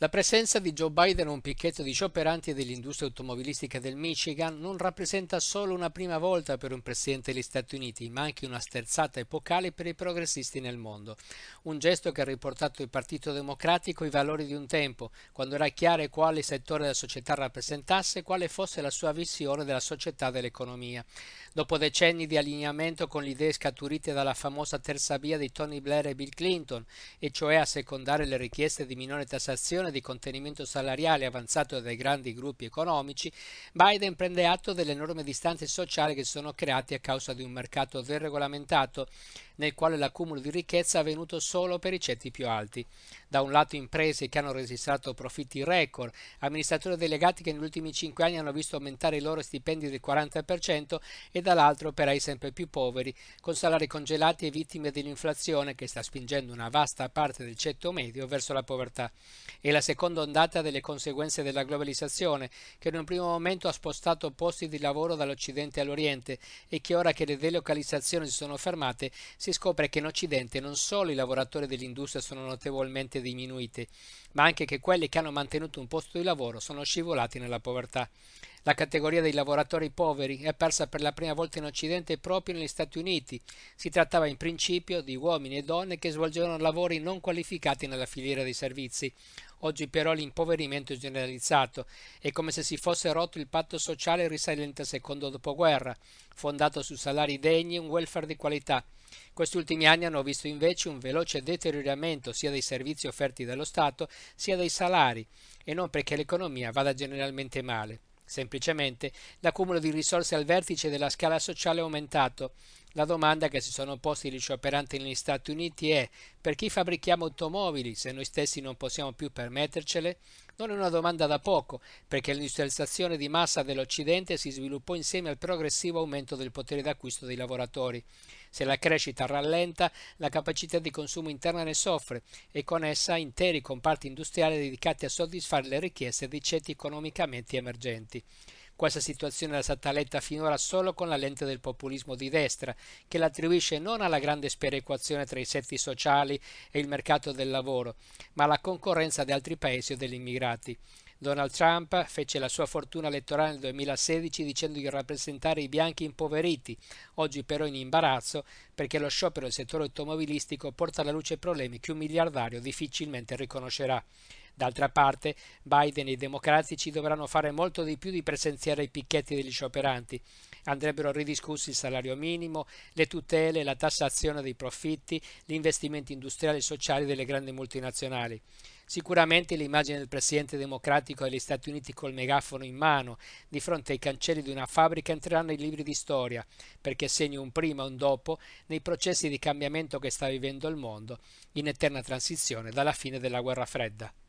La presenza di Joe Biden a un picchetto di scioperanti dell'industria automobilistica del Michigan non rappresenta solo una prima volta per un presidente degli Stati Uniti, ma anche una sterzata epocale per i progressisti nel mondo. Un gesto che ha riportato il Partito Democratico ai valori di un tempo, quando era chiaro quale settore della società rappresentasse e quale fosse la sua visione della società e dell'economia. Dopo decenni di allineamento con le idee scaturite dalla famosa terza via di Tony Blair e Bill Clinton, e cioè a secondare le richieste di minore tassazione e di contenimento salariale avanzate dai grandi gruppi economici, Biden prende atto delle enormi distanze sociali che sono create a causa di un mercato deregolamentato, nel quale l'accumulo di ricchezza è avvenuto solo per i ceti più alti. Da un lato imprese che hanno registrato profitti record, amministratori delegati che negli ultimi 5 anni hanno visto aumentare i loro stipendi del 40% e dall'altro operai sempre più poveri, con salari congelati e vittime dell'inflazione che sta spingendo una vasta parte del ceto medio verso la povertà. E la seconda ondata delle conseguenze della globalizzazione, che in un primo momento ha spostato posti di lavoro dall'Occidente all'Oriente e che ora che le delocalizzazioni si sono fermate si scopre che in Occidente non solo i lavoratori dell'industria sono notevolmente diminuiti, ma anche che quelli che hanno mantenuto un posto di lavoro sono scivolati nella povertà. La categoria dei lavoratori poveri è apparsa per la prima volta in Occidente proprio negli Stati Uniti. Si trattava in principio di uomini e donne che svolgevano lavori non qualificati nella filiera dei servizi. Oggi però l'impoverimento è generalizzato. È come se si fosse rotto il patto sociale risalente al secondo dopoguerra, fondato su salari degni e un welfare di qualità. Questi ultimi anni hanno visto invece un veloce deterioramento sia dei servizi offerti dallo Stato sia dei salari, e non perché l'economia vada generalmente male. Semplicemente l'accumulo di risorse al vertice della scala sociale è aumentato. La domanda che si sono posti gli scioperanti negli Stati Uniti è: per chi fabbrichiamo automobili se noi stessi non possiamo più permettercele? Non è una domanda da poco, perché l'industrializzazione di massa dell'Occidente si sviluppò insieme al progressivo aumento del potere d'acquisto dei lavoratori. Se la crescita rallenta, la capacità di consumo interna ne soffre e con essa interi comparti industriali dedicati a soddisfare le richieste di ceti economicamente emergenti. Questa situazione è stata letta finora solo con la lente del populismo di destra, che l'attribuisce non alla grande sperequazione tra i setti sociali e il mercato del lavoro, ma alla concorrenza di altri paesi o degli immigrati. Donald Trump fece la sua fortuna elettorale nel 2016 dicendo di rappresentare i bianchi impoveriti, oggi però in imbarazzo perché lo sciopero del settore automobilistico porta alla luce problemi che un miliardario difficilmente riconoscerà. D'altra parte, Biden e i democratici dovranno fare molto di più di presenziare i picchetti degli scioperanti. Andrebbero ridiscussi il salario minimo, le tutele, la tassazione dei profitti, gli investimenti industriali e sociali delle grandi multinazionali. Sicuramente l'immagine del presidente democratico degli Stati Uniti col megafono in mano, di fronte ai cancelli di una fabbrica, entrerà nei libri di storia, perché segna un prima e un dopo nei processi di cambiamento che sta vivendo il mondo, in eterna transizione dalla fine della guerra fredda.